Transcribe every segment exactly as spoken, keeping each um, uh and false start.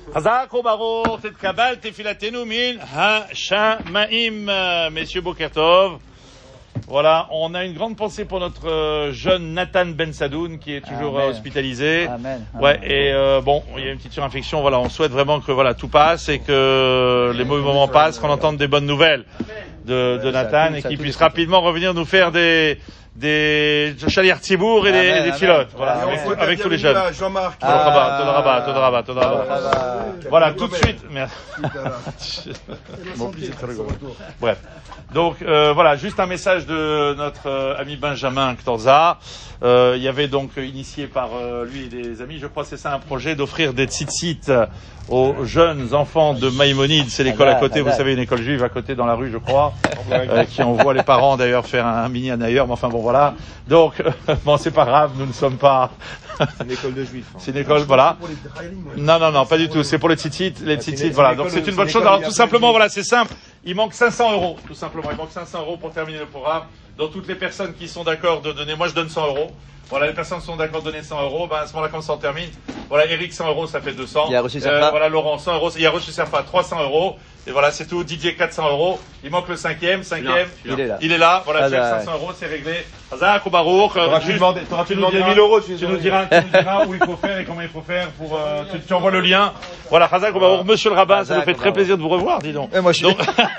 Hazak Baruch, Tet Kabal, Tefilatenu Min Ha-Shamaim, messieurs Bokertov. Voilà, on a une grande pensée pour notre euh, jeune Nathan Ben Sadoun qui est toujours euh, hospitalisé. Amen. Ouais, et euh, bon, il y a une petite surinfection. Voilà, on souhaite vraiment que voilà tout passe et que les mauvais moments passent, qu'on entende des bonnes nouvelles de, de Nathan et qu'il puisse rapidement revenir nous faire des des Chaliar Tzibour et des, amen, des amen. filotes. Voilà, Amen. avec, avec tous les jeunes. Jean-Marc. Toda Rabba, Toda Rabba, Toda Rabba. Voilà, tout de suite. Merci. Bon, c'est très rigolo. Bref. Donc euh, voilà, juste un message de notre euh, ami Benjamin Ktorza. Euh, il y avait donc euh, initié par euh, lui et des amis, je crois que c'est ça un projet d'offrir des tzitzit aux jeunes enfants de Maïmonide. C'est l'école à côté, vous savez, une école juive à côté dans la rue, je crois, euh, qui envoie les parents d'ailleurs faire un, un minyan ailleurs. Mais enfin bon, voilà. Donc euh, bon, c'est pas grave, nous ne sommes pas. C'est une école de juifs. Hein. C'est une école, voilà. Non, non, non, pas du tout. C'est pour les tzitzit, les tzitzit. Voilà. Donc c'est une bonne chose. Alors tout simplement, voilà, c'est simple. Il manque cinq cents euros, tout simplement. Il manque cinq cents euros pour terminer le programme. Donc toutes les personnes qui sont d'accord de donner, moi je donne cent euros. Voilà, les personnes qui sont d'accord de donner cent euros, ben à ce moment-là, quand ça en termine, voilà, Eric cent euros, ça fait deux cents. Il y a reçu Serpa. Euh, voilà, Laurent cent euros, il y a reçu Serpa trois cents euros. Et voilà, c'est tout. Didier quatre cents euros. Il manque le cinquième, cinquième. Il est là. Il est là. Voilà, Ah, tu as bah, cinq cents euros, c'est réglé. Hazak ou Baruch. T'auras pu demander, t'auras pu demander mille euros, tu Tu nous diras, tu nous diras où il faut faire et comment il faut faire pour, euh, tu, tu envoies le lien. Voilà, Hazak ou Baruch. Monsieur le rabbin, ça nous fait très plaisir de vous revoir, dis donc. Et moi, je suis. Donc...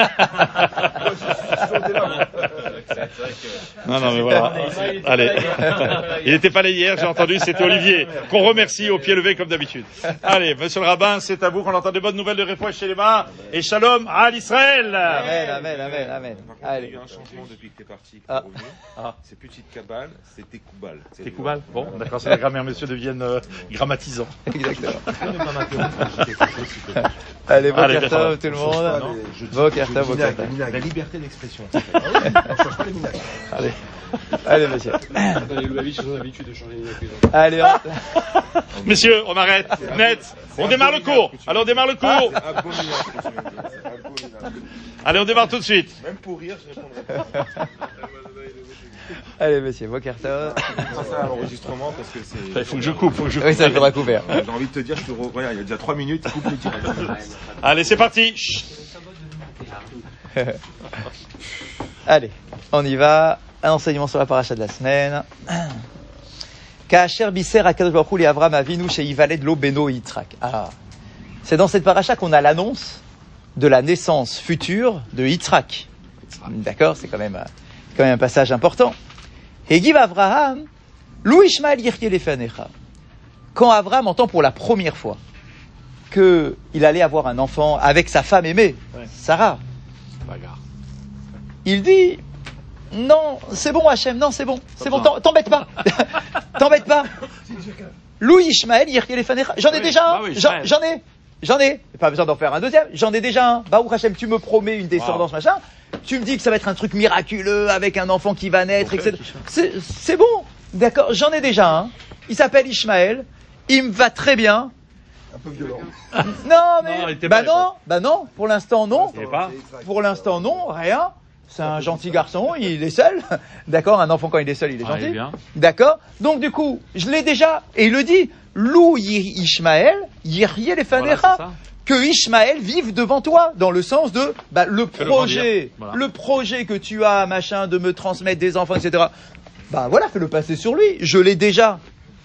Non, non, mais voilà. Allez. Il n'était pas là hier, j'ai entendu, c'était Olivier, qu'on remercie au pied levé comme d'habitude. Allez, monsieur le rabbin, c'est à vous qu'on entend des bonnes nouvelles de Refoua chez les mains. Et shalom à l'Israël. Amen, amen, amen, amen. Par contre, il y a eu un changement depuis que t'es parti, que t'es Ah. revenu. Ah. C'est plus petite cabane, c'est Tekoubal. C'est Koubal. Bon, d'accord, c'est la grammaire, monsieur devienne euh, grammatisant. Exactement. Tu peux ne pas m'interrompre quand j'étais quelque chose, s'il te plaît. Allez, bon Allez, carton, tout le monde. Bon carton, bon carton. La liberté d'expression. Allez. Allez, monsieur. Attends, les Louaviches, ils ont l'habitude de changer les accusants. Allez, on... Messieurs, on arrête, net. On démarre le cours. Allez, on démarre le cours. Abominable ce que tu viens de dire, c'est abominable. Allez, on démarre tout de suite. Même pour rire, je répondrai pas. Allez, monsieur, bon carton. Ça, ça à l'enregistrement parce que c'est. Il faut que je coupe, faut que je coupe. Oui, ça faudra couper. J'ai envie de te dire, je te re... Regarde, il y a déjà trois minutes, coupe le direct. Allez, c'est parti. Chut. Allez, on y va. Un enseignement sur la paracha de la semaine. Ka'asher biser HaKadosh Baruch Hu li Avram Avinu sheyivaled lo beno Yitzhak. Ah, c'est dans cette paracha qu'on a l'annonce de la naissance future de Yitzhak. D'accord, c'est quand même, quand même un passage important. Hegiv Avraham, lo Ishmael yirtie lefanecha. Quand Avraham entend pour la première fois que il allait avoir un enfant avec sa femme aimée, Ouais. Sarah, Bagarre. il dit non, c'est bon Hachem, non, c'est bon, c'est bon, besoin. t'em- t'embête pas, t'embête pas. Louis Ishmael, Yirki Lefanecha, j'en ai Oui, déjà un, bah oui, j'en, Ishmael. j'en ai, j'en ai, pas besoin d'en faire un deuxième, j'en ai déjà un. Baruch Hachem, tu me promets une descendance, Wow. machin, tu me dis que ça va être un truc miraculeux avec un enfant qui va naître, Bon, et cetera. Ishmael. C'est, c'est bon, d'accord, j'en ai déjà un, il s'appelle Ishmael, il me va très bien. Un peu violent. Non, mais, Non, il était bah pas, non, bah non, pour l'instant non. Il est pas. Pour l'instant, non, rien. C'est un gentil garçon, il est seul. D'accord, un enfant quand il est seul, il est Ah, il est gentil. bien. D'accord. Donc du coup, je l'ai déjà. Et il le dit, Lou Ishmael, Yirye Voilà, Lefanecha. c'est ça. Que Ishmael vive devant toi, dans le sens de bah, le Fais-le projet, grandir. Voilà. le projet que tu as, machin, de me transmettre des enfants, et cetera. Bah voilà, fais-le passer sur lui. Je l'ai déjà.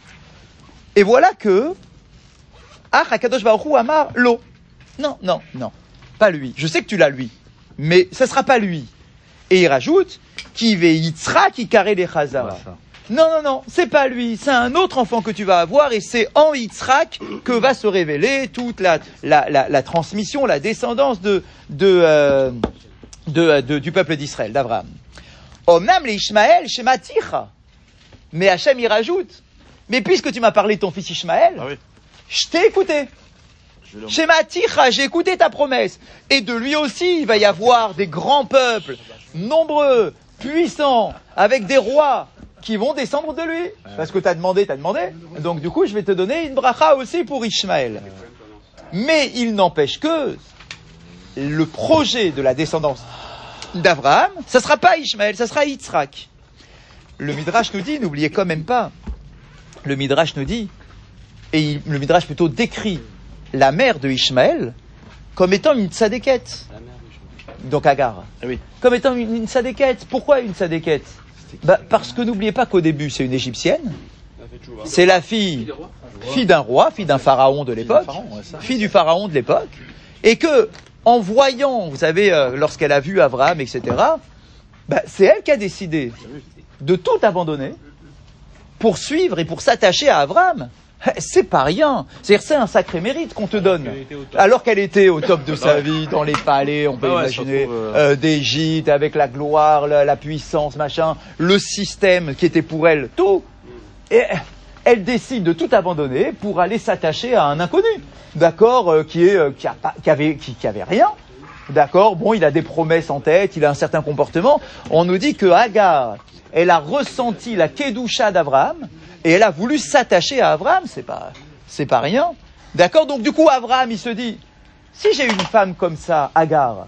Et voilà que Ah, Hakadosh Baruch Hu Amar Lo. Non, non, non, pas lui. Je sais que tu l'as lui, mais ça sera pas lui. Et il rajoute qui ve Yitzhak qui carré les Chazara. Voilà, ça. Non, non, non, c'est pas lui. C'est un autre enfant que tu vas avoir et c'est en Yitzhak que va se révéler toute la, la, la, la transmission, la descendance de, de, euh, de, de- du peuple d'Israël, d'Abraham. Omnam le Ishmael shematicha. Mais Hachem y rajoute. Mais puisque tu m'as parlé de ton fils Ishmael, Ah oui. je t'ai écouté. Shematicha, j'ai écouté ta promesse. Et de lui aussi, il va y avoir des grands peuples, nombreux, puissants, avec des rois qui vont descendre de lui. Parce que t'as demandé, t'as demandé. Donc du coup, je vais te donner une bracha aussi pour Ishmaël. Mais il n'empêche que le projet de la descendance d'Abraham, ça sera pas Ishmaël, ça sera Yitzhak. Le Midrash nous dit, n'oubliez quand même pas, le Midrash nous dit, et il- le Midrash plutôt décrit la mère de Ishmaël comme étant une tzadékette. Donc Agar. Ah oui. Comme étant une, une tzadékette. Pourquoi une tzadékette? Bah, parce que n'oubliez pas qu'au début, c'est une égyptienne. C'est la fille, fille d'un roi, fille d'un pharaon de l'époque, fille du pharaon de l'époque. Et que, en voyant, vous savez, euh, lorsqu'elle a vu Abraham, et cetera, bah, c'est elle qui a décidé de tout abandonner pour suivre et pour s'attacher à Abraham. C'est pas rien. C'est-à-dire, c'est un sacré mérite qu'on te donne. Alors qu'elle était au top de sa vie, dans les palais, on peut bah ouais, imaginer, surtout, euh... euh, d'Égypte, avec la gloire, la, la puissance, machin, le système qui était pour elle, tout. Et elle décide de tout abandonner pour aller s'attacher à un inconnu. D'accord, euh, qui est, euh, qui a pas, qui avait, qui, qui avait rien. D'accord, bon, il a des promesses en tête, il a un certain comportement. On nous dit que Agar, elle a ressenti la Kedusha d'Abraham, et elle a voulu s'attacher à Abraham, c'est pas, c'est pas rien. D'accord, donc du coup, Abraham, il se dit, si j'ai une femme comme ça, Agar,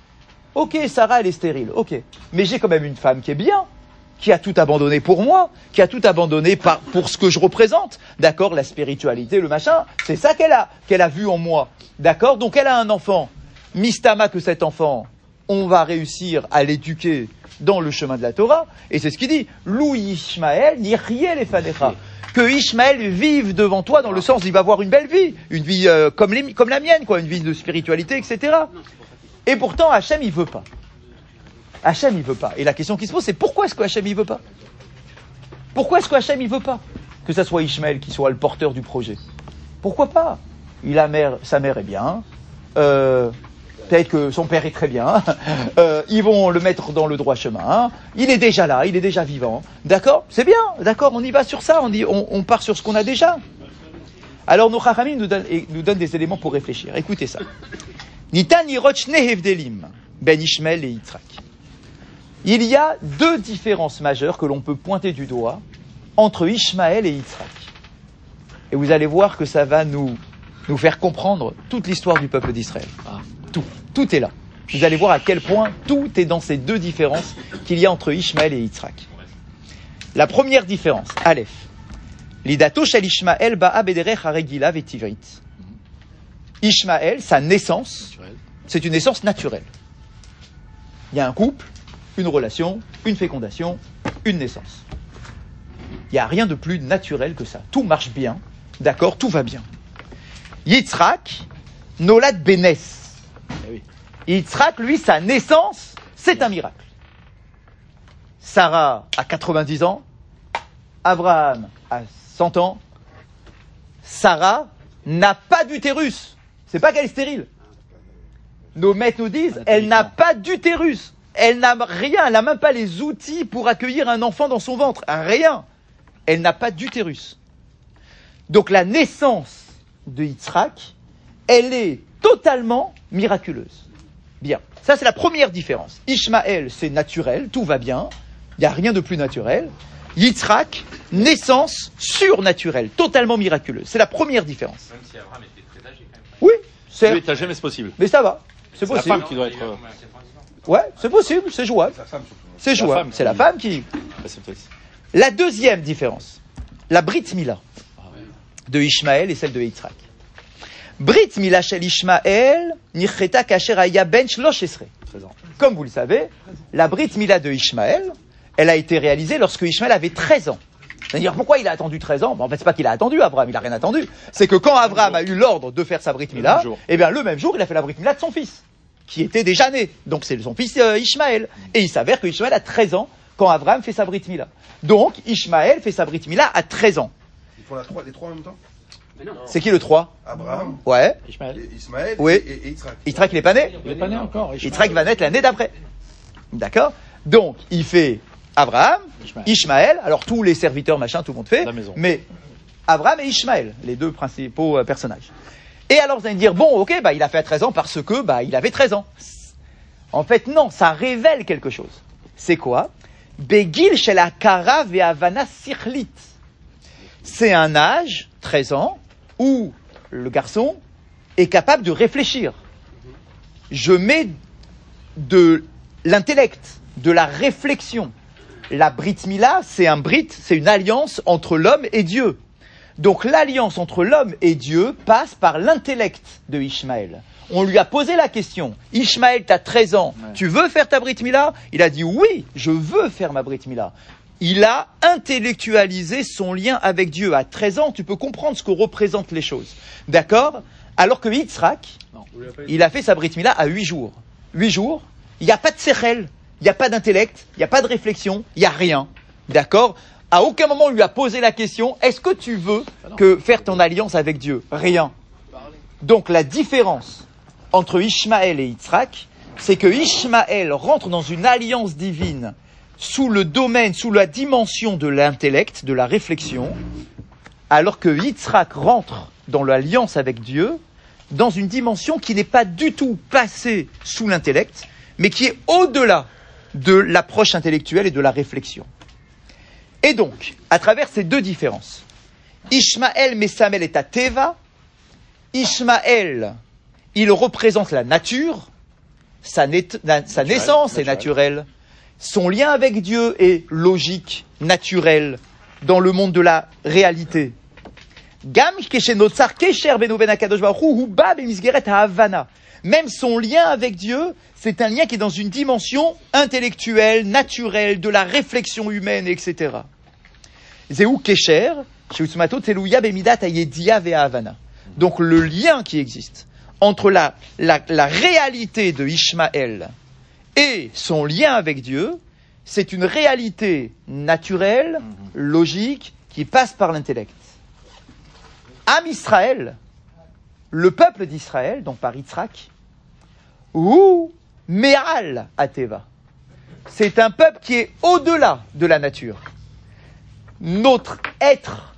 ok, Sarah, elle est stérile, ok, mais j'ai quand même une femme qui est bien, qui a tout abandonné pour moi, qui a tout abandonné par, pour ce que je représente. D'accord, la spiritualité, le machin, c'est ça qu'elle a, qu'elle a vu en moi. D'accord, donc elle a un enfant. Mistama que cet enfant, on va réussir à l'éduquer dans le chemin de la Torah, et c'est ce qu'il dit, Lou Ishmaël, Yiriel et Fanecha, que Ishmaël vive devant toi dans le sens, il va avoir une belle vie, une vie euh, comme, les, comme la mienne, quoi, une vie de spiritualité, et cetera. Et pourtant, Hachem, il veut pas. Hachem, il veut pas. Et la question qui se pose, c'est pourquoi est-ce que Hachem, il veut pas? Pourquoi est-ce que Hachem, il veut pas que ça soit Ishmaël qui soit le porteur du projet? Pourquoi pas? Il a mère, sa mère est bien, euh, peut-être que son père est très bien, euh, ils vont le mettre dans le droit chemin, il est déjà là, il est déjà vivant, d'accord? C'est bien, d'accord, on y va sur ça, on, dit, on, on part sur ce qu'on a déjà. Alors nos Chachamim nous donnent, nous donnent des éléments pour réfléchir, écoutez ça. Nitan yiroch nehevdelim ben Ishmael et Yitzhak. Il y a deux différences majeures que l'on peut pointer du doigt entre Ishmaël et Yitzhak. Et vous allez voir que ça va nous, nous faire comprendre toute l'histoire du peuple d'Israël. Ah, tout. Tout est là. Vous allez voir à quel point tout est dans ces deux différences qu'il y a entre Ishmaël et Yitzhak. La première différence, Aleph. Lidato shel Ishmaël ba'a bederech haregila vetivrit. Ishmaël, sa naissance, c'est une naissance naturelle. Il y a un couple, une relation, une fécondation, une naissance. Il n'y a rien de plus naturel que ça. Tout marche bien, d'accord, tout va bien. Yitzhak, nolad benes. Yitzhak, lui, sa naissance, c'est un miracle. Sarah a quatre-vingt-dix ans, Abraham a cent ans, Sarah n'a pas d'utérus. C'est pas qu'elle est stérile. Nos maîtres nous disent, elle n'a pas d'utérus. Elle n'a rien, elle n'a même pas les outils pour accueillir un enfant dans son ventre. Rien. Elle n'a pas d'utérus. Donc la naissance de Yitzhak, elle est totalement miraculeuse. Bien. Ça, c'est la première différence. Ishmaël, c'est naturel, tout va bien. Il n'y a rien de plus naturel. Yitzhak, naissance surnaturelle, totalement miraculeuse. C'est la première différence. Même si Abraham était très âgé quand même. Oui, c'est... Oui, t'as jamais c'est possible. Mais ça va. C'est, C'est possible. la femme qui doit être... euh, Ouais, c'est possible, c'est jouable. C'est C'est la jouable. femme C'est la qui- femme qui... préceptrice. La deuxième différence, la Brit Mila de Ishmaël et celle de Yitzhak. Brit Mila shel Ishmaël, nichreta kasher haya ben shlosh esrei. treize ans. Comme vous le savez, la Brit Mila de Ishmaël, elle a été réalisée lorsque Ishmaël avait treize ans. C'est-à-dire, pourquoi il a attendu treize ans? Bon, en fait, c'est pas qu'il a attendu, Abraham, il a rien attendu. C'est que quand Abraham a eu l'ordre de faire sa Brit Le Mila, même jour. eh bien, le même jour, il a fait la Brit Mila de son fils, qui était déjà né. Donc, c'est son fils euh, Ishmaël. Et il s'avère que Ishmaël a treize ans quand Abraham fait sa Brit Mila. Donc, Ishmaël fait sa Brit Mila à treize ans. Ils font la trois- les trois en même temps? Mais non. C'est qui le trois? Abraham, Ouais. Ishmaël. et Ismaël Oui. et, et Yitzhak. Yitzhak, il est pas né? Il n'est pas né encore. Yitzhak va naître l'année d'après. D'accord? Donc, il fait Abraham, Ishmaël. Ishmaël, alors tous les serviteurs, machin, tout le monde fait, La maison. mais Abraham et Ishmaël, les deux principaux euh, personnages. Et alors, vous allez me dire, bon, ok, bah, il a fait à treize ans parce que, bah, il avait treize ans. En fait, non, ça révèle quelque chose. C'est quoi? Begil shel hakara ve'havana sichlit. C'est un âge, treize ans, où le garçon est capable de réfléchir. Je mets de l'intellect, de la réflexion. La Brit Mila, c'est un Brit, c'est une alliance entre l'homme et Dieu. Donc l'alliance entre l'homme et Dieu passe par l'intellect de Ishmaël. On lui a posé la question, Ishmaël, tu as treize ans, ouais. tu veux faire ta Brit Mila? Il a dit oui, je veux faire ma Brit Mila. Il a intellectualisé son lien avec Dieu. À treize ans, tu peux comprendre ce que représentent les choses. D'accord? Alors que Yitzhak, il a fait sa Brit Mila à huit jours. huit jours, il n'y a pas de sechel, il n'y a pas d'intellect, il n'y a pas de réflexion, il n'y a rien. D'accord? À aucun moment on lui a posé la question, est-ce que tu veux que faire ton alliance avec Dieu? Rien. Donc la différence entre Ishmaël et Yitzhak, c'est que Ishmaël rentre dans une alliance divine sous le domaine, sous la dimension de l'intellect, de la réflexion, alors que Yitzhak rentre dans l'alliance avec Dieu dans une dimension qui n'est pas du tout passée sous l'intellect, mais qui est au-delà de l'approche intellectuelle et de la réflexion. Et donc, à travers ces deux différences, Ishmaël Mesamel est à Teva. Ishmaël, il représente la nature, sa, net, na, sa naturel, naissance naturel. est naturelle, son lien avec Dieu est logique, naturel, dans le monde de la réalité. Même son lien avec Dieu, c'est un lien qui est dans une dimension intellectuelle, naturelle, de la réflexion humaine, et cetera. Donc le lien qui existe entre la, la, la réalité de Ishmaël et son lien avec Dieu, c'est une réalité naturelle, logique, qui passe par l'intellect. Am Israël, le peuple d'Israël, donc par Yitzhak, ou Me'al Ateva. C'est un peuple qui est au-delà de la nature. Notre être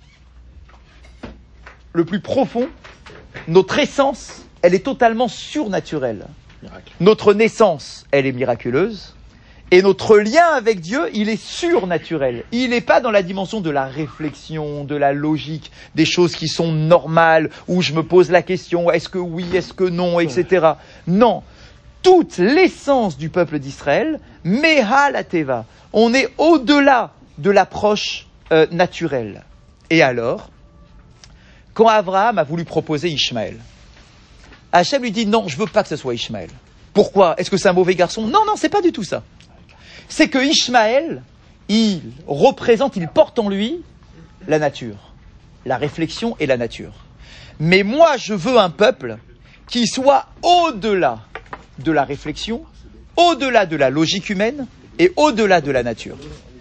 le plus profond, notre essence, elle est totalement surnaturelle. Miracle. Notre naissance, elle est miraculeuse. Et notre lien avec Dieu, il est surnaturel. Il n'est pas dans la dimension de la réflexion, de la logique, des choses qui sont normales, où je me pose la question, est-ce que oui, est-ce que non, et cetera. Non. Toute l'essence du peuple d'Israël, Mehal Ateva. On est au-delà de l'approche euh, naturelle. Et alors, quand Abraham a voulu proposer Ishmaël, Hachem lui dit non, je veux pas que ce soit Ishmaël. Pourquoi? Est-ce que c'est un mauvais garçon? Non, non, c'est pas du tout ça. C'est que Ishmaël, il représente, il porte en lui la nature, la réflexion et la nature. Mais moi, je veux un peuple qui soit au-delà de la réflexion, au-delà de la logique humaine et au-delà de la nature.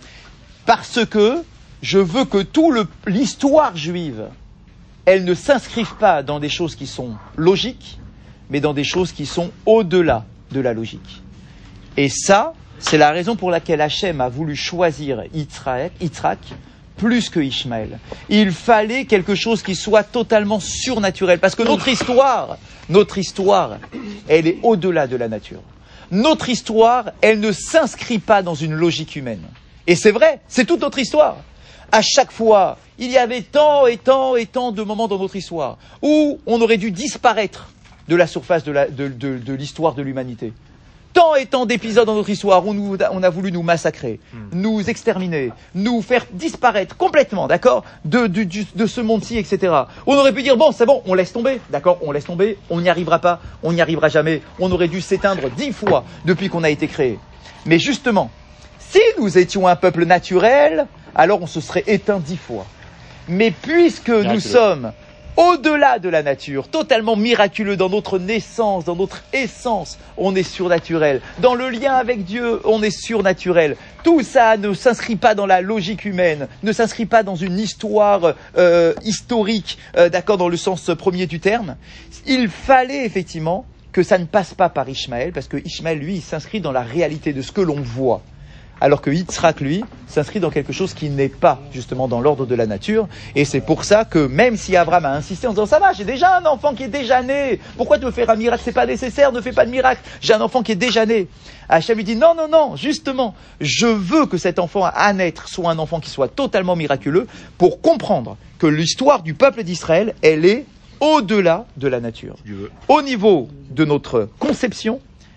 Parce que je veux que toute l'histoire juive, elle ne s'inscrive pas dans des choses qui sont logiques, mais dans des choses qui sont au-delà de la logique. Et ça, c'est la raison pour laquelle Hachem a voulu choisir Yitzhak, Yitzhak plus que Ishmaël. Il fallait quelque chose qui soit totalement surnaturel, parce que notre histoire, notre histoire, elle est au-delà de la nature. Notre histoire, elle ne s'inscrit pas dans une logique humaine. Et c'est vrai, c'est toute notre histoire. À chaque fois, il y avait tant et tant et tant de moments dans notre histoire où on aurait dû disparaître de la surface de, la, de, de, de l'histoire de l'humanité. Tant et tant d'épisodes dans notre histoire où nous, on a voulu nous massacrer, mm. nous exterminer, nous faire disparaître complètement, d'accord, de, de, de, de ce monde-ci, et cetera. On aurait pu dire, bon, c'est bon, on laisse tomber, d'accord, on laisse tomber, on n'y arrivera pas, on n'y arrivera jamais. On aurait dû s'éteindre dix fois depuis qu'on a été créé. Mais justement, si nous étions un peuple naturel, alors on se serait éteint dix fois. Mais puisque Miraculeux. Nous sommes au-delà de la nature, totalement miraculeux dans notre naissance, dans notre essence, on est surnaturel. Dans le lien avec Dieu, on est surnaturel. Tout ça ne s'inscrit pas dans la logique humaine, ne s'inscrit pas dans une histoire euh, historique, euh, d'accord, dans le sens premier du terme. Il fallait effectivement que ça ne passe pas par Ishmaël, parce que Ishmaël, lui, il s'inscrit dans la réalité de ce que l'on voit. Alors que Yitzhak, lui, s'inscrit dans quelque chose qui n'est pas, justement, dans l'ordre de la nature. Et c'est pour ça que, même si Abraham a insisté en disant « Ça va, j'ai déjà un enfant qui est déjà né. Pourquoi tu veux faire un miracle? C'est pas nécessaire, ne fais pas de miracle. J'ai un enfant qui est déjà né. » Hachem lui dit « Non, non, non, justement, je veux que cet enfant à naître soit un enfant qui soit totalement miraculeux pour comprendre que l'histoire du peuple d'Israël, elle est au-delà de la nature. Au niveau de notre conception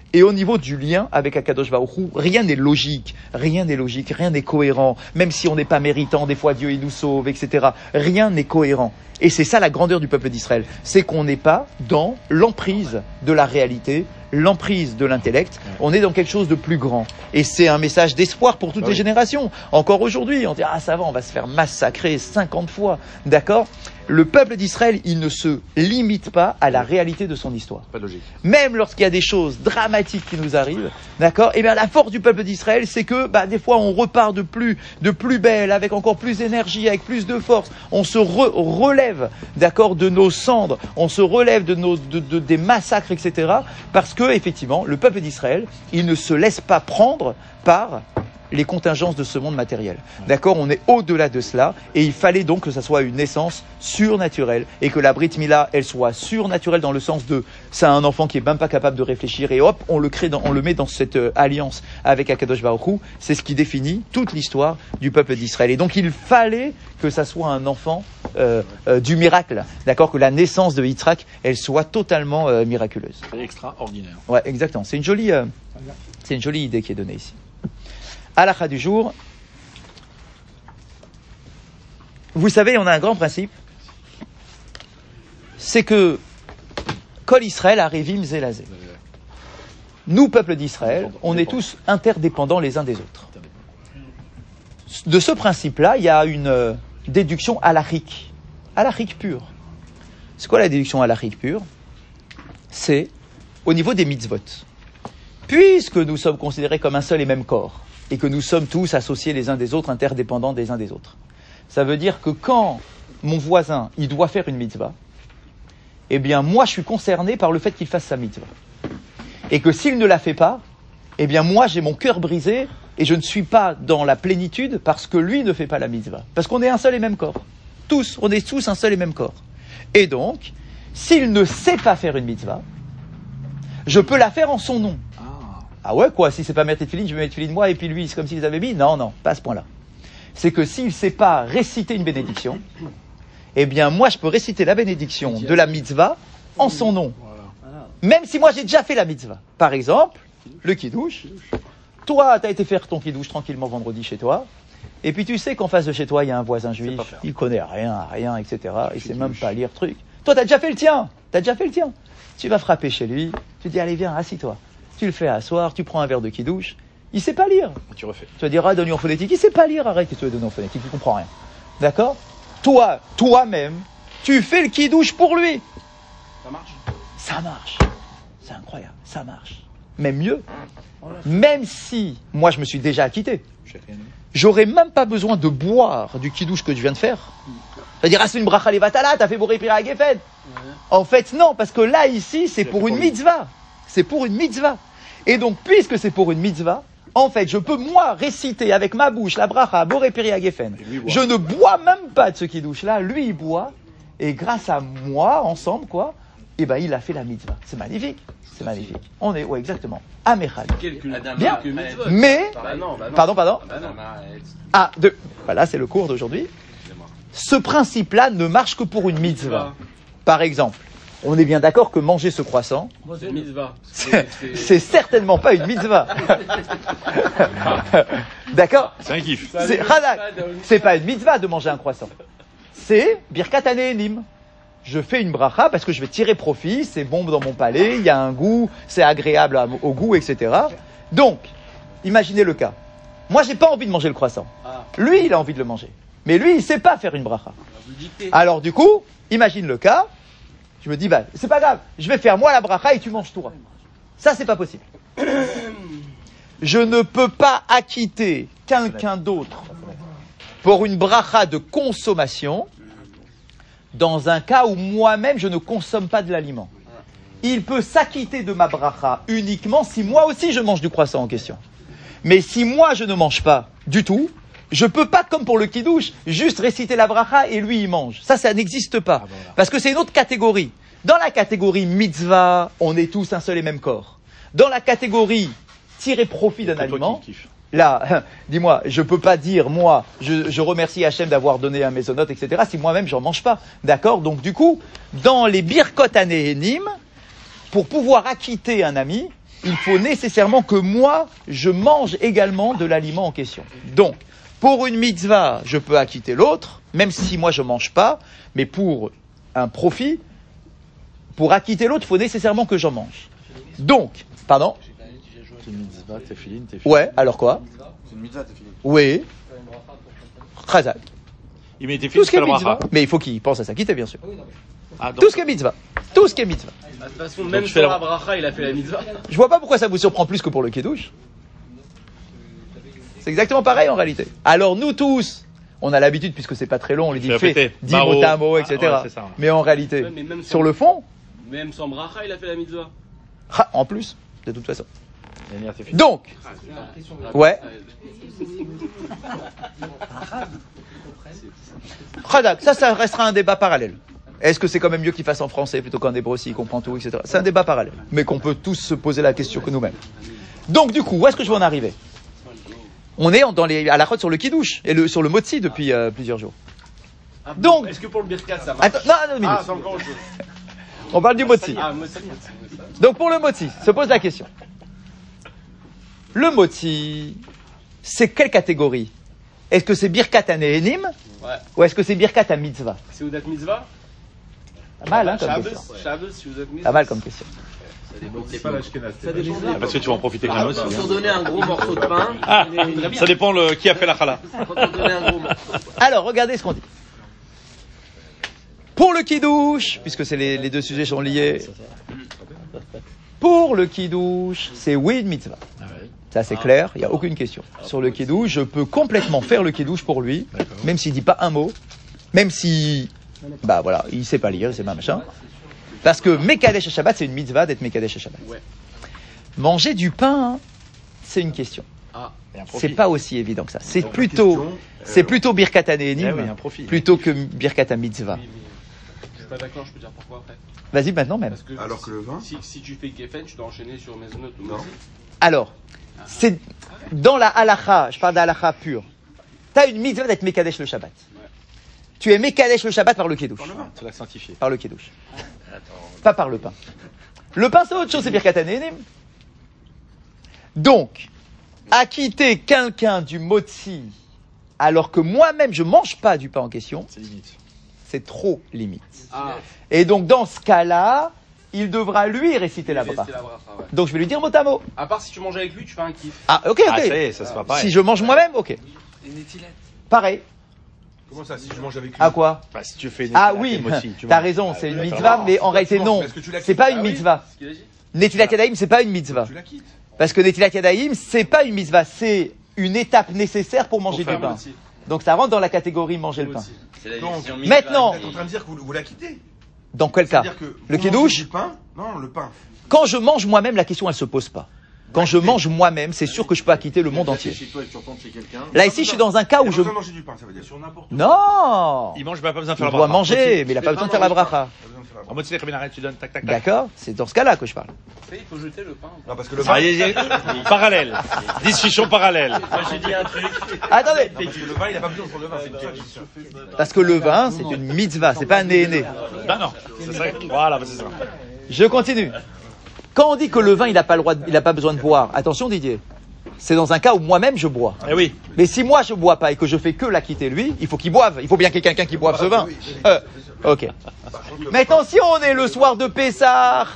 Et au niveau du lien avec Akadosh Baruch Hu, rien n'est logique, rien n'est logique, rien n'est cohérent. Même si on n'est pas méritant, des fois Dieu il nous sauve, et cetera. Rien n'est cohérent. Et c'est ça la grandeur du peuple d'Israël. C'est qu'on n'est pas dans l'emprise de la réalité, l'emprise de l'intellect. On est dans quelque chose de plus grand. Et c'est un message d'espoir pour toutes ah oui. les générations. Encore aujourd'hui, on dit, ah ça va, on va se faire massacrer cinquante fois. D'accord ? Le peuple d'Israël, il ne se limite pas à la réalité de son histoire. Pas de logique. Même lorsqu'il y a des choses dramatiques qui nous arrivent, d'accord ? Eh bien, la force du peuple d'Israël, c'est que, bah, des fois, on repart de plus, de plus belle, avec encore plus d'énergie, avec plus de force. On se re- relève, d'accord, de nos cendres. On se relève de nos, de, de, des massacres, et cetera. Parce que, effectivement, le peuple d'Israël, il ne se laisse pas prendre par les contingences de ce monde matériel. D'accord ? On est au-delà de cela et il fallait donc que ça soit une naissance surnaturelle et que la Brit Mila, elle soit surnaturelle dans le sens de c'est un enfant qui est même pas capable de réfléchir et hop, on le crée, dans, on le met dans cette euh, alliance avec Akadosh Baruch Hu. C'est ce qui définit toute l'histoire du peuple d'Israël. Et donc il fallait que ça soit un enfant euh, euh, du miracle. D'accord ? Que la naissance de Yitzhak, elle soit totalement euh, miraculeuse. C'est extraordinaire. Ouais, exactement. C'est une jolie, euh, c'est une jolie idée qui est donnée ici. Halakha du jour. Vous savez, on a un grand principe. C'est que Kol Israël Arevim Zelazé. Nous, peuple d'Israël, on est tous interdépendants les uns des autres. De ce principe-là, il y a une euh, déduction halachique. Halachique pure. C'est quoi la déduction halachique pure ? C'est au niveau des mitzvot. Puisque nous sommes considérés comme un seul et même corps, et que nous sommes tous associés les uns des autres, interdépendants des uns des autres. Ça veut dire que quand mon voisin, il doit faire une mitzvah, eh bien moi je suis concerné par le fait qu'il fasse sa mitzvah. Et que s'il ne la fait pas, eh bien moi j'ai mon cœur brisé et je ne suis pas dans la plénitude parce que lui ne fait pas la mitzvah. Parce qu'on est un seul et même corps. Tous, on est tous un seul et même corps. Et donc, s'il ne sait pas faire une mitzvah, je peux la faire en son nom. Ah ouais, quoi, si c'est pas mettre tefilin, je vais mettre tefilin moi, et puis lui, c'est comme s'ils avaient mis. Non, non, pas à ce point-là. C'est que s'il ne sait pas réciter une bénédiction, eh bien, moi, je peux réciter la bénédiction de la mitzvah en son nom. Même si moi, j'ai déjà fait la mitzvah. Par exemple, le kidouche. Toi, tu as été faire ton kidouche tranquillement vendredi chez toi, et puis tu sais qu'en face de chez toi, il y a un voisin juif, il connaît rien, rien, et cetera. Il sait même pas lire truc. Toi, tu as déjà fait le tien. Tu as déjà fait le tien. Tu vas frapper chez lui, tu dis, allez, viens, assis-toi. Tu le fais asseoir, tu prends un verre de kidouche, il sait pas lire. Tu refais. Tu vas dire, ah, donne-lui en phonétique, il sait pas lire, arrête, tu vas donner en phonétique, il comprend rien. D'accord ? Toi, toi-même, tu fais le kidouche pour lui. Ça marche ? Ça marche. C'est incroyable, ça marche. Même mieux. Même si, moi, je me suis déjà acquitté, j'aurais même pas besoin de boire du kidouche que je viens de faire. C'est-à-dire, ah, c'est une bracha levatala, t'as fait bourrer pira gefen. En fait, non, parce que là, ici, c'est pour une mitzvah. C'est pour une mitzvah. Et donc, puisque c'est pour une mitzvah, en fait, je peux, moi, réciter avec ma bouche la bracha, boré piri gefen. Je ne bois même pas de ce kidouche-là, lui, il boit, et grâce à moi, ensemble, quoi, eh ben, il a fait la mitzvah. C'est magnifique. C'est magnifique. On est, ouais, exactement. Améchal. Bien. Mais, pardon, pardon. Ah, de, voilà, c'est le cours d'aujourd'hui. Ce principe-là ne marche que pour une mitzvah. Par exemple, on est bien d'accord que manger ce croissant, c'est une mitzvah. C'est, c'est certainement pas une mitzvah. D'accord ? C'est un kiff. C'est, c'est pas une mitzvah de manger un croissant. C'est Birkat Hanehenim. Je fais une bracha parce que je vais tirer profit, c'est bon dans mon palais, il y a un goût, c'est agréable au goût, et cetera. Donc, imaginez le cas. Moi, j'ai pas envie de manger le croissant. Lui, il a envie de le manger. Mais lui, il sait pas faire une bracha. Alors du coup, imagine le cas. Je me dis, bah, c'est pas grave, je vais faire moi la bracha et tu manges tout. Ça, c'est pas possible. Je ne peux pas acquitter quelqu'un d'autre pour une bracha de consommation dans un cas où moi-même je ne consomme pas de l'aliment. Il peut s'acquitter de ma bracha uniquement si moi aussi je mange du croissant en question. Mais si moi je ne mange pas du tout, je peux pas, comme pour le kidouche, juste réciter la bracha et lui il mange. Ça, ça n'existe pas. Parce que c'est une autre catégorie. Dans la catégorie mitzvah, on est tous un seul et même corps. Dans la catégorie tirer profit d'un aliment, là, dis-moi, je peux pas dire, moi, je, je remercie Hachem d'avoir donné un mésonote, et cetera, si moi-même j'en mange pas. D'accord ? Donc du coup, dans les birkot hanehenim, pour pouvoir acquitter un ami, il faut nécessairement que moi, je mange également de l'aliment en question. Donc, pour une mitzvah, je peux acquitter l'autre, même si moi je mange pas, mais pour un profit, pour acquitter l'autre, il faut nécessairement que j'en mange. Donc, pardon? C'est une mitzvah, t'es filine, t'es filine. Ouais, alors quoi? C'est une mitzvah, t'es fini. Oui. Chazak. Il met tes Tout filles ce qui est jusqu'à la mitzvah. bracha. Mais il faut qu'il pense à s'acquitter, bien sûr. Ah, donc- Tout ce qui est mitzvah. Tout ce qui est mitzvah. De toute façon, même tu fais sur la- la bracha, il a fait la mitzvah. Je vois pas pourquoi ça vous surprend plus que pour le kiddush. C'est exactement pareil en réalité. Alors nous tous, on a l'habitude, puisque c'est pas très long, on les dit C'est fait, répété. dis Maro. mot à mot, et Ah, cetera. ouais, c'est ça, ouais. Mais en réalité, Ouais, mais même sans- sur le fond, Même sans bracha, il a fait la mitzvah. ah, en plus, de toute façon. Daniel, t'es filine. Donc, ouais. Radak, ça, ça restera un débat parallèle. Est-ce que c'est quand même mieux qu'il fasse en français plutôt qu'en hébreu s'il comprend tout, et cetera. C'est un débat parallèle, mais qu'on peut tous se poser la question que nous-mêmes. Donc du coup, où est-ce que je vais en arriver? On est en- dans les, à la route sur le kiddush et le, sur le motzi depuis euh, plusieurs jours. Donc- Est-ce que pour le birkat, ça marche? Attends, non, non, une minute. Ah, c'est encore autre chose. On parle du motzi. Ah, moi, c'est c'est- Donc pour le motzi, se pose la question. Le motzi, c'est quelle catégorie? Est-ce que c'est birkat anéhénim Ouais. ou est-ce que c'est birkat à mitzvah? C'est Oudat Mitzvah? Pas mal, hein, comme Shabbos, question. Shabbos, c'est Oudat Mitzvah. Pas mal comme question. C'est pas l'Ashkenaz. Ça dépend. Ah, parce que tu vas en profiter avec la noce. Pour donner un gros morceau de pain, Ah, ça dépend le, qui a fait la chala. quand on donnait un gros morceau. Alors, regardez ce qu'on dit. Pour le kiddush, puisque c'est les, les deux sujets sont liés, pour le kiddush, c'est oui une mitzvah. Ça c'est clair, il n'y a aucune question. Sur le kiddush, je peux complètement faire le kiddush pour lui, même s'il dit pas un mot, même si, bah voilà, il sait pas lire, il sait pas machin. Parce que Mekadesh à Shabbat, c'est une mitzvah d'être Mekadesh à Shabbat. Ouais. Manger du pain, c'est une question. Ah, C'est pas aussi évident que ça. C'est Donc, la plutôt, question, c'est euh, plutôt Birkat Anéhénim Eh oui, il y a un profit. plutôt que Birkat à Mitzvah. oui, mais je suis pas d'accord, je peux dire pourquoi après. Vas-y maintenant même. Parce que Alors si- que le vin si, si tu fais Geffen, tu dois enchaîner sur Maisonot ou Non. Motzi. Alors, c'est dans la halacha, je parle de la halacha pure. Tu as une mitzvah d'être Mekadesh le Shabbat. Tu es Mekadesh le Shabbat par le Kiddush. Tu l'as sanctifié. Par le Kiddush. Pas par le pain. Le pain, c'est autre chose, c'est Birkat Anéhénim. Donc, acquitter quelqu'un du motzi alors que moi-même je mange pas du pain en question, C'est limite. c'est trop limite. Ah, Et donc, dans ce cas-là, il devra lui réciter la c'est bracha. la bracha, ouais. Donc, je vais lui dire mot à mot. À part si tu manges avec lui, tu fais un kiff. Ah, ok, ok. Ah, ça y est, ça se va pareil. Si je mange moi-même, ok. Pareil. Comment ça, si je mange avec lui? À quoi? Bah, si tu fais une Ah la oui, crème aussi, tu t'as manges. raison, Ah, c'est une ouais, mitzvah, mais en réalité non. Est-ce que tu l'as C'est pas une Ah oui, mitzvah. c'est ce qu'il a dit. Netilat Yadayim, c'est pas une mitzvah. Tu la quittes. Parce que Netilat Yadayim, c'est pas une mitzvah, c'est une étape nécessaire pour manger Pour du faire pain. Motzi. Donc ça rentre dans la catégorie manger le pain. Motzi. C'est la Donc, division Maintenant, Vous êtes en train de dire que vous, vous la quittez. dans quel cas? C'est-à-dire que Le vous mangez kiddush? du pain? Non, le pain. Quand je mange moi-même, la question elle se pose pas. Quand je mange moi-même, c'est sûr que je peux acquitter le monde entier. Chez toi et tu retournes chez quelqu'un. Là ici, je suis dans un cas où Il a je... pas besoin de manger du pain, ça veut dire. Sur n'importe Non! Il mange, mais il n'a pas besoin de Il faire la doit bracha. manger, mais il n'a pas besoin de faire la bracha. quoi. En mode, c'est les tu donnes, tac, tac, tac. D'accord? C'est dans ce cas-là que je parle. Tu sais, il faut jeter le pain. Non, parce que le Ah, vin. y a- y a- Parallèle. Discussion parallèle. Moi j'ai dit un truc. Attendez! Non, parce que le vin, il a pas besoin pour le vin, c'est une tradition. Parce que le vin, c'est une mitzvah, c'est pas un né-né. Non, non. C'est ça. Voilà, c'est ça. Je continue. Quand on dit que le vin, il n'a pas le droit, de- il n'a pas besoin de boire, attention Didier, c'est dans un cas où moi-même je bois. Eh oui. Mais si moi je bois pas et que je fais que l'acquitter lui, il faut qu'il boive. Il faut bien qu'il y ait quelqu'un qui boive ce vin. Euh, ok. Maintenant, si on est le soir de Pessah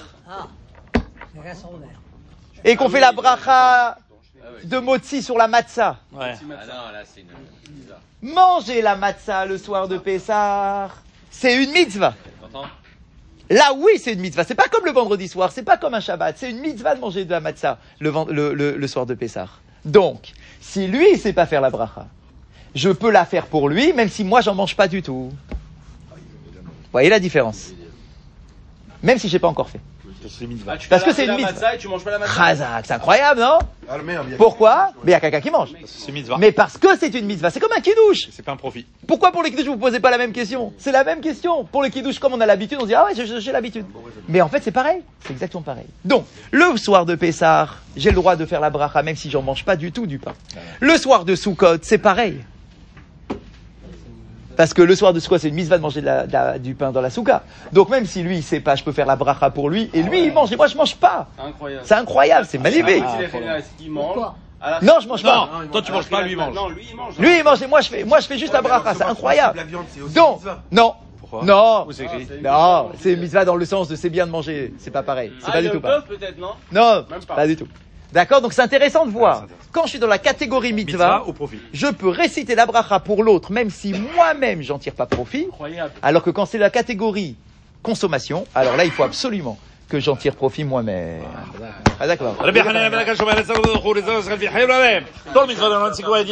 et qu'on fait la bracha de motzi sur la matzah, Ouais. Ah non, là c'est une. manger la matzah le soir de Pessah, c'est une mitzvah. T'entends? Là, oui, c'est une mitzvah. C'est pas comme le vendredi soir, c'est pas comme un Shabbat. C'est une mitzvah de manger de la matzah le, vend- le, le, le soir de Pessah. Donc, si lui, il sait pas faire la bracha, je peux la faire pour lui, même si moi, j'en mange pas du tout. Vous voyez la différence? Même si j'ai pas encore fait. C'est une Ah, tu Parce fais que c'est la une mitzvah. matzah et tu manges pas la matzah. Chazak, c'est incroyable, non? Ah, le merde, il y a- Pourquoi? Mais il y a quelqu'un qui mange. C'est mitzvah. Mais parce que c'est une mitzvah. C'est comme un kiddush. C'est pas un profit. Pourquoi pour les kiddush vous posez pas la même question? C'est la même question. Pour les kiddush, comme on a l'habitude, on se dit ah ouais, j'ai, j'ai l'habitude. Mais en fait, c'est pareil. C'est exactement pareil. Donc, le soir de Pessah, j'ai le droit de faire la bracha même si j'en mange pas du tout du pain. Le soir de Sukkot, c'est pareil. Parce que le soir de Sukkot, c'est une mitzvah de manger de la, de la, du pain dans la souka. Donc même si lui, il sait pas, je peux faire la bracha pour lui, et lui, il mange, et moi, je mange pas. Incroyable. C'est incroyable, c'est magnifique. Ah, il mange. À la Non, fin- je mange pas. Non, toi tu manges pas, lui il mange. Non, lui il mange. Lui, il mange, et moi, je fais, moi, je fais juste la bracha, c'est incroyable. La viande, c'est aussi Donc, mitzvah. non. Pourquoi? Non. Où c'est écrit? Non, c'est mitzvah dans le sens de c'est bien de manger. C'est pas pareil. C'est Ah, pas du le tout pareil. bœuf peut-être, non? Non, Même pas. pas du tout. D'accord, donc c'est intéressant de Ah, voir. c'est intéressant. Quand je suis dans la catégorie mitzvah, Mitzvah au profit. je peux réciter la bracha pour l'autre, même si moi-même j'en tire pas profit. Incroyable. Alors que quand c'est la catégorie consommation, alors là il faut absolument que j'en tire profit moi-même. Ah d'accord. רבי חנינא בן הקש אומר אצלנו בחור, אצלנו צריך לפי חיר עליהם. כל מצוות הנציגו